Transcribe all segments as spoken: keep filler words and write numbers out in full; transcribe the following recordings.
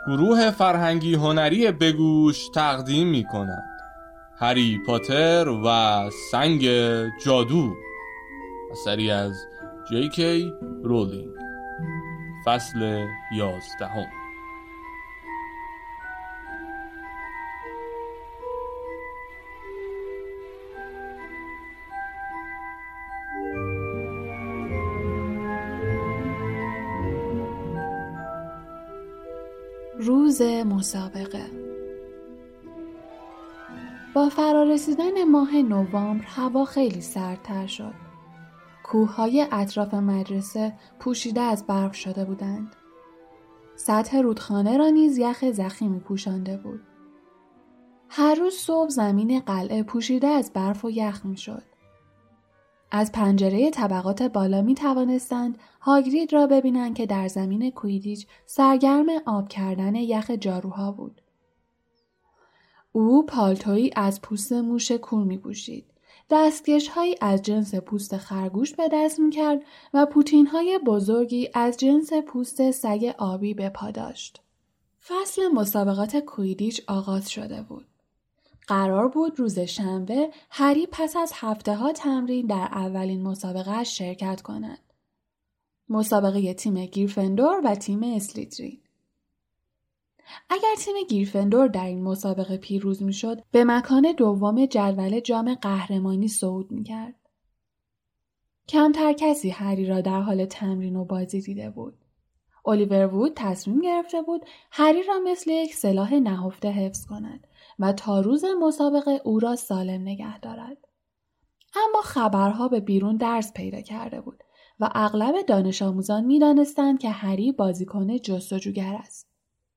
گروه فرهنگی هنری بگوش تقدیم می کند هری پاتر و سنگ جادو، اثری از جی کی رولینگ، فصل یازدهم. روز مسابقه. با فرارسیدن ماه نوامبر هوا خیلی سردتر شد. کوههای اطراف مدرسه پوشیده از برف شده بودند. سطح رودخانه را نیز یخ ضخیمی پوشانده بود. هر روز صبح زمین قلعه پوشیده از برف و یخ می شد. از پنجره طبقات بالا می توانستند هاگرید را ببینند که در زمین کویدیچ سرگرم آب کردن یخ جاروها بود. او پالتویی از پوست موش کور می پوشید، دستکش‌هایی از جنس پوست خرگوش به دست می کرد و پوتین‌های بزرگی از جنس پوست سگ آبی به پا داشت. فصل مسابقات کویدیچ آغاز شده بود. قرار بود روز شنبه هری پس از هفته ها تمرین در اولین مسابقه اش شرکت کند. مسابقه تیم گریفندور و تیم اسلیترین. اگر تیم گریفندور در این مسابقه پیروز می شد، به مکان دوم جدول جام قهرمانی صعود می کرد. کمتر کسی هری را در حال تمرین و بازی دیده بود. الیور وود تصمیم گرفته بود هری را مثل یک سلاح نهفته حفظ کند و تا روز مسابقه او را سالم نگه دارد. اما خبرها به بیرون درز پیدا کرده بود و اغلب دانش آموزان می دانستند که هری بازیکن جستجوگر است.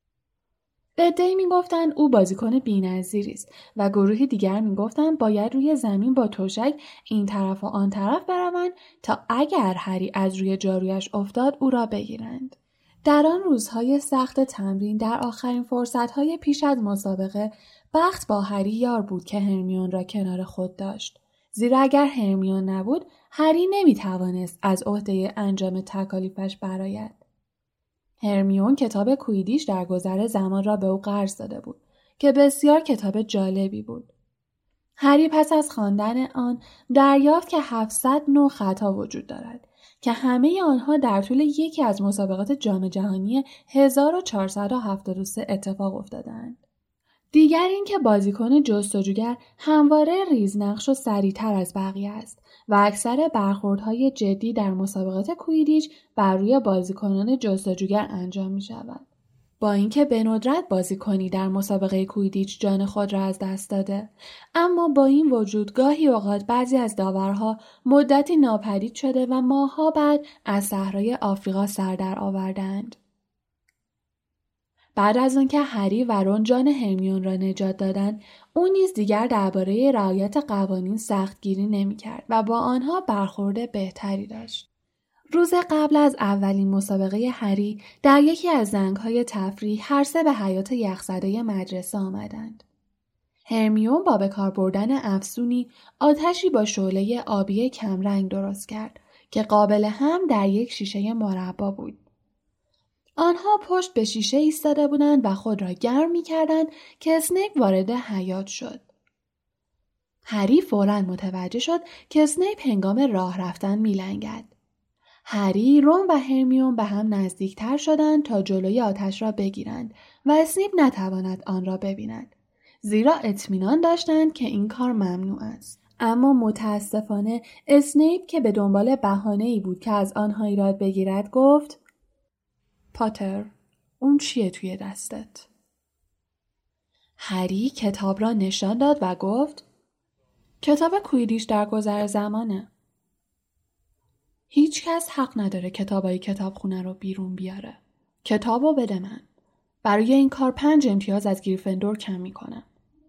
عده‌ای می گفتند او بازیکن بی‌نظیری است و گروهی دیگر می گفتند باید روی زمین با تشک این طرف و آن طرف بروند تا اگر هری از روی جارویش افتاد او را بگیرند. در آن روزهای سخت تمرین در آخرین فرصتهای پیش از مسابقه بخت با هری یار بود که هرمیون را کنار خود داشت. زیرا اگر هرمیون نبود هری نمی توانست از عهده انجام تکالیفش برآید. هرمیون کتاب کویدیچ در گذر زمان را به او قرض داده بود که بسیار کتاب جالبی بود. هری پس از خواندن آن دریافت که هفتصد نوع خطا وجود دارد که همه آنها در طول یکی از مسابقات جام جهانی هزار و چهارصد و هفتاد و سه اتفاق افتادند. دیگر این که بازیکن جستجوگر همواره ریزنقش و سریعتر از بقیه است و اکثر برخوردهای جدی در مسابقات کویدیچ بر روی بازیکنان جستجوگر انجام می شود. با اینکه به ندرت بازیکنی در مسابقه کویدیچ جان خود را از دست داده، اما با این وجود گاهی اوقات بعضی از داورها مدتی ناپدید شده و ماه‌ها بعد از صحرای آفریقا سر در آوردند. بعد از آنکه هری و رون جان هرمیون را نجات دادند، او نیز دیگر درباره رعایت قوانین سختگیری نمی‌کرد و با آنها برخورد بهتری داشت. روز قبل از اولین مسابقه هری در یکی از زنگ‌های تفریح هر سه به حیاط یخزده مدرسه آمدند. هرمیون با به کار بردن افسونی آتشی با شعله آبی کمرنگ درست کرد که قابل هم در یک شیشه مربا بود. آنها پشت به شیشه ایستاده بودند و خود را گرم می‌کردند که اسنیپ وارد حیاط شد. هری فوراً متوجه شد که اسنیپ هنگام راه رفتن می‌لنگد. هری، رون و هرمیون به هم نزدیکتر شدند تا جلوی آتش را بگیرند و اسنیپ نتواند آن را ببیند، زیرا اطمینان داشتند که این کار ممنوع است. اما متاسفانه اسنیپ که به دنبال بهانه‌ای بود که از آنها ایراد بگیرد گفت: پاتر، اون چیه توی دستت؟ هری کتاب را نشان داد و گفت: کتاب کویدیچ در گذر زمانه. هیچ کس حق نداره کتابای کتابخونه رو بیرون بیاره. کتابو بده من. برای این کار پنج امتیاز از گریفندور کم میکنم.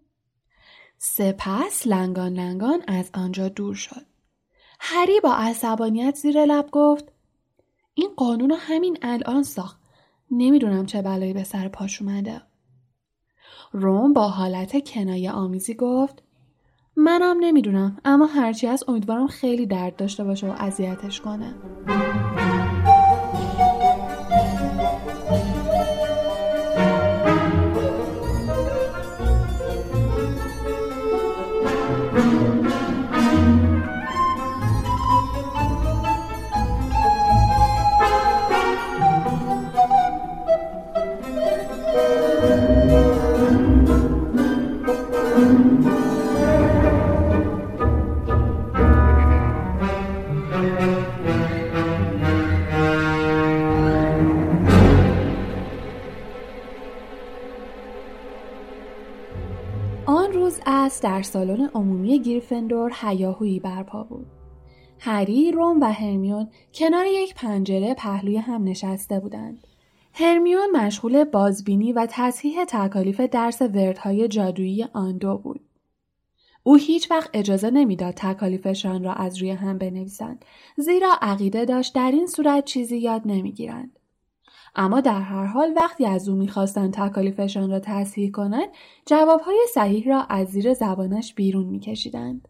سپس لنگان لنگان از آنجا دور شد. هری با عصبانیت زیر لب گفت: این قانون رو همین الان ساخت. نمیدونم چه بلایی به سر پاش اومده. رون با حالت کنایه آمیزی گفت: منم نمیدونم، اما هرچی هست امیدوارم خیلی درد داشته باشه و اذیتش کنه. سپس در سالن عمومی گریفندور هیاهویی برپا بود. هری، رون و هرمیون کنار یک پنجره پهلوی هم نشسته بودند. هرمیون مشغول بازبینی و تصحیح تکالیف درس وردهای جادویی آن دو بود. او هیچ وقت اجازه نمیداد تکالیفشان را از روی هم بنویسند، زیرا عقیده داشت در این صورت چیزی یاد نمیگیرند. اما در هر حال وقتی از او میخواستند تکالیفشان را تصحیح کنند، جوابهای صحیح را از زیر زبانش بیرون میکشیدند.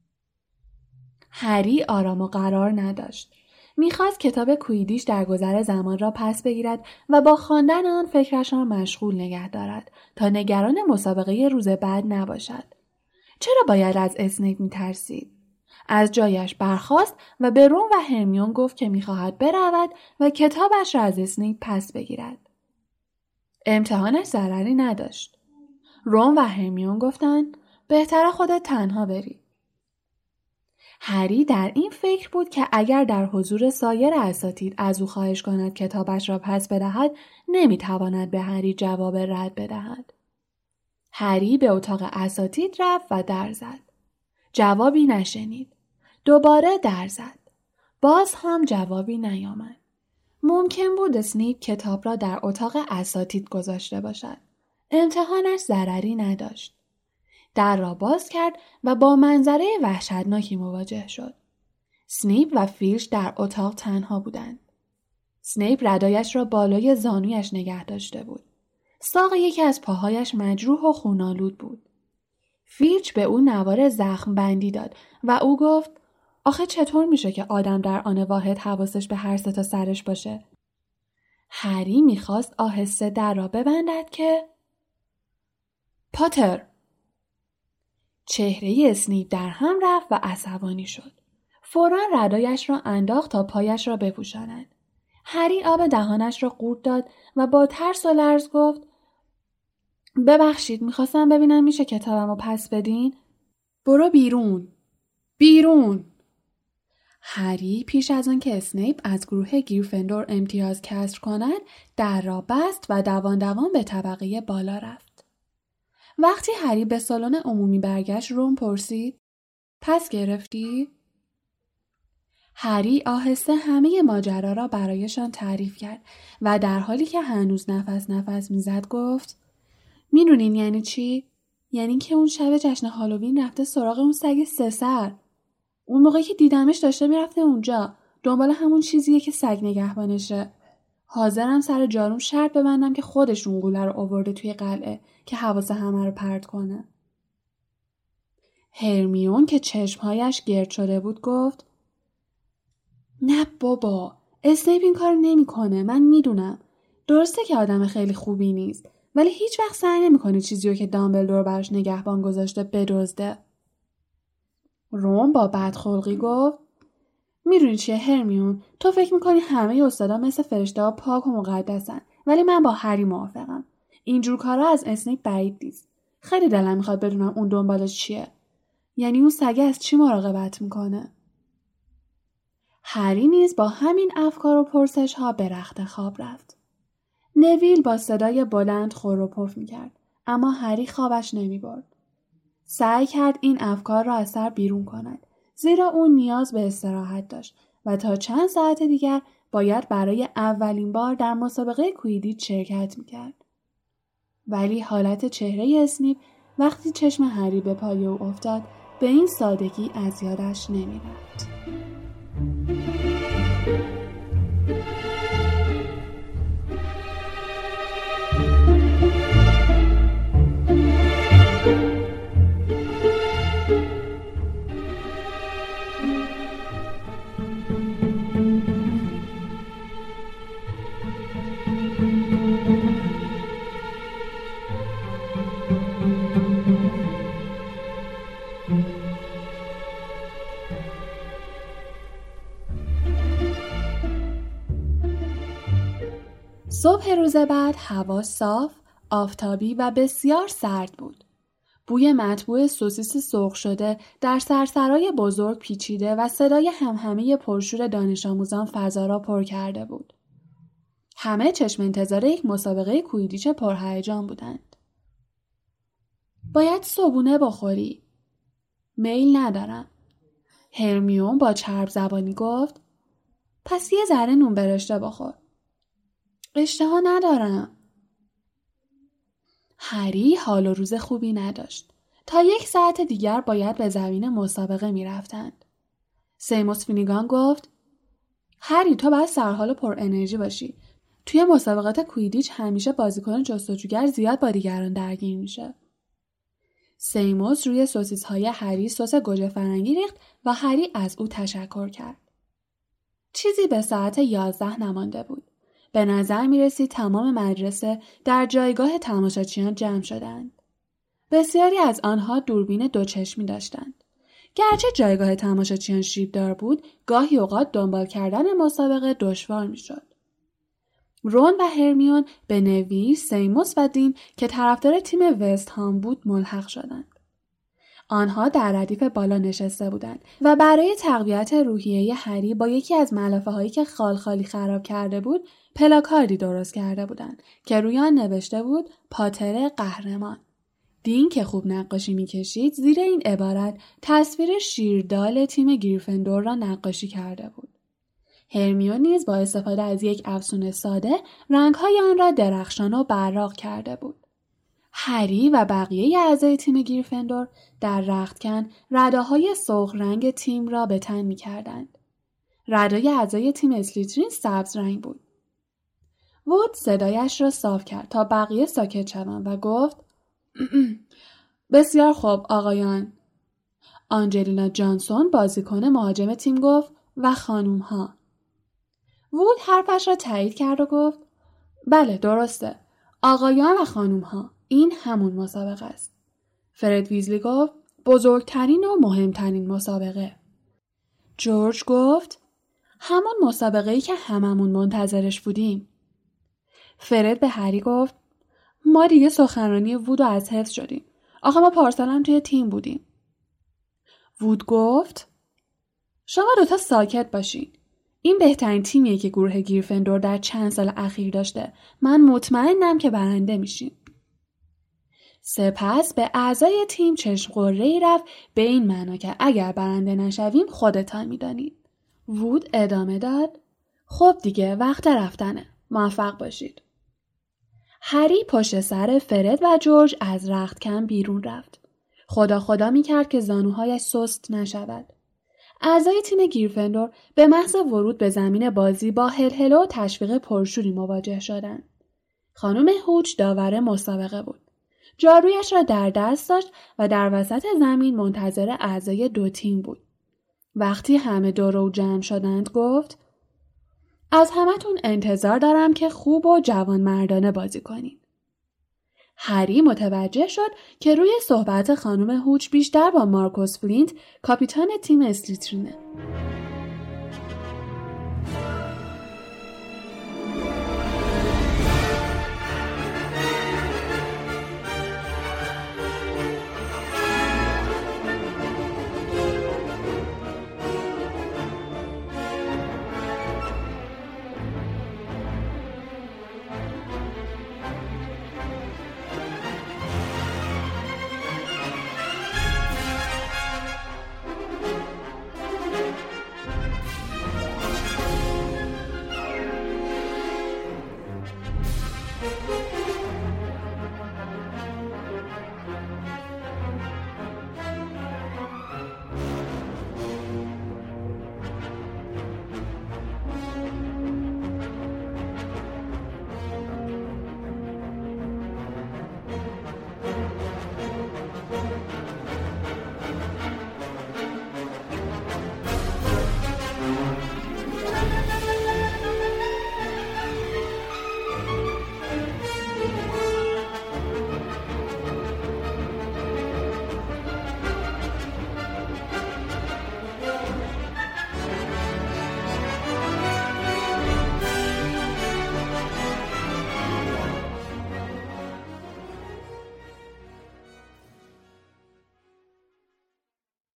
هری آرام و قرار نداشت. میخواست کتاب کویدیش در گذر زمان را پس بگیرد و با خواندن آن فکرش را مشغول نگه دارد تا نگران مسابقه روز بعد نباشد. چرا باید از اسنیپ میترسید؟ از جایش برخاست و به رون و هرمیون گفت که میخواهد برود و کتابش را از اسنیپ پس بگیرد. امتحانش ضرری نداشت. رون و هرمیون گفتند بهتره خودت تنها بری. هری در این فکر بود که اگر در حضور سایر اساتید از او خواهش کند کتابش را پس بدهد، نمیتواند به هری جواب رد بدهد. هری به اتاق اساتید رفت و در زد. جوابی نشنید. دوباره در زد. باز هم جوابی نیامد. ممکن بود اسنیپ کتاب را در اتاق اساتید گذاشته باشد. امتحانش ضرری نداشت. در را باز کرد و با منظره وحشتناکی مواجه شد. اسنیپ و فیلچ در اتاق تنها بودند. اسنیپ ردایش را بالای زانویش نگه داشته بود. ساق یکی از پاهایش مجروح و خونالود بود. فیلچ به او نوار زخم بندی داد و او گفت آخه چطور میشه که آدم در آن واحد حواسش به هر سه تا سرش باشه؟ هری میخواست آهسته در را ببندد که پاتر! چهره اسنیپ در هم رفت و عصبانی شد. فوراً ردایش را انداخت تا پایش را بپوشاند. هری آب دهانش را قورت داد و با ترس و لرز گفت ببخشید، میخواستم ببینم میشه کتابمو پس بدین؟ برو بیرون. بیرون. هری پیش از آن که اسنیپ از گروه گریفندور امتیاز کسر کند، در را بست و دوان دوان به طبقه بالا رفت. وقتی هری به سالن عمومی برگشت، رون پرسید پس گرفتی؟ هری آهسته همه ماجرا را برایشان تعریف کرد و در حالی که هنوز نفس نفس میزد گفت میدونین یعنی چی؟ یعنی که اون شب جشن هالووین رفته سراغ اون سگ سه سر. اون موقعی که دیدمش داشته میرفته اونجا، دنبال همون چیزیه که سگ نگهبانشه. حاضرم سر جاروم شرط ببندم که خودش اون گوله رو آورده توی قلعه که حواس همه رو پرت کنه. هرمیون که چشمهایش گرد شده بود گفت نه بابا، اسنیپ این کار نمی کنه. من میدونم. درسته که آدم خیلی خوبی نیست، ولی هیچ وقت سعی نمی‌کنه چیزی رو که دامبلدور براش نگهبان گذاشته بدزده. رون با بدخلقی گفت میدونی چیه هرمیون؟ تو فکر میکنی همه استادا مثل فرشته‌ها پاک و مقدسن، ولی من با هری موافقم. اینجور کارا از اسنیپ بعید نیست. خیلی دلم میخواد بدونم اون دنبالش چیه. یعنی اون سگه از چی مراقبت میکنه؟ هری نیز با همین افکار و پرسش ها به رخت خواب رفت. نویل با صدای بلند خور و پف میکرد، اما هری خوابش نمیبرد. سعی کرد این افکار را از سر بیرون کند، زیرا اون نیاز به استراحت داشت و تا چند ساعت دیگر باید برای اولین بار در مسابقه کویدیچ شرکت میکرد. ولی حالت چهره اسنیپ وقتی چشم هری به پای او افتاد به این سادگی از یادش نمیرفت. صبح روز بعد هوا صاف، آفتابی و بسیار سرد بود. بوی مطبوع سوسیس سرخ شده در سرسرای بزرگ پیچیده و صدای همهمه پرشور دانش آموزان فضا را پر کرده بود. همه چشم انتظار یک مسابقه کویدیچ پرهیجان بودند. باید صبحونه بخوری. میل ندارم. هرمیون با چرب زبانی گفت پس یه ذره نون برشته بخور. اشتها ندارم. هری حال و روز خوبی نداشت. تا یک ساعت دیگر باید به زمین مسابقه می رفتند. سیموس فینیگان گفت هری تو باید سرحال و پر انرژی باشی. توی مسابقات کویدیچ همیشه بازیکن جستجوگر زیاد با دیگران درگیر میشه. سیموس روی سوسیس های هری سس گوجه فرنگی ریخت و هری از او تشکر کرد. چیزی به ساعت یازده نمانده بود. به نظر می رسید تمام مدرسه در جایگاه تماشاچیان جمع شدند. بسیاری از آنها دوربین دوچشمی داشتند. گرچه جایگاه تماشاچیان شیبدار بود، گاهی اوقات دنبال کردن مسابقه دشوار می شد. رون و هرمیون به نویل، سیموس و دین که طرفدار تیم وست هام بود ملحق شدند. آنها در ردیف بالا نشسته بودند و برای تقویت روحیه هری با یکی از ملافه هایی که خالخالی خراب کرده بود پلاکاردی درست کرده بودند که روی آن نوشته بود پاتر قهرمان. دین که خوب نقاشی می‌کشید زیر این عبارت تصویر شیردال تیم گریفندور را نقاشی کرده بود. هرمیون نیز با استفاده از یک افسون ساده رنگ‌های آن را درخشان و براق کرده بود. هری و بقیه اعضای تیم گریفندور در رختکن رداهای سرخ رنگ تیم را به تن می‌کردند. ردای اعضای تیم اسلیترین سبز رنگ بود. وود صدایش را صاف کرد تا بقیه ساکت شوند و گفت بسیار خوب آقایان. آنجلینا جانسون بازیکن مهاجم تیم گفت و خانوم ها. وود حرفش را تایید کرد و گفت بله درسته. آقایان و خانوم ها. این همون مسابقه است. فرد ویزلی گفت بزرگترین و مهمترین مسابقه. جورج گفت همون مسابقه‌ای که هممون منتظرش بودیم. فرد به هری گفت ما دیگه سخنرانی وود رو از حفظ شدیم. آخه ما پارسال هم توی تیم بودیم. وود گفت شما دوتا ساکت باشین. این بهترین تیمیه که گروه گریفندور در چند سال اخیر داشته. من مطمئنم که برنده میشیم. سپس به اعضای تیم چشم قره‌ای رفت به این معنا که اگر برنده نشویم خودتان میدانید. وود ادامه داد خب دیگه وقت رفتنه. موفق باشید. هری پشت سر فرد و جورج از رختکن بیرون رفت. خدا خدا می کرد که زانوهایش سست نشود. اعضای تیم گریفندور به محض ورود به زمین بازی با هلهله و تشویق پرشوری مواجه شدند. خانم هوچ داور مسابقه بود. جارویش را در دست داشت و در وسط زمین منتظر اعضای دو تیم بود. وقتی همه دور او جمع شدند گفت از همتون انتظار دارم که خوب و جوانمردانه بازی کنین. هری متوجه شد که روی صحبت خانم هوچ بیشتر با مارکوس فلینت کاپیتان تیم اسلیترینه.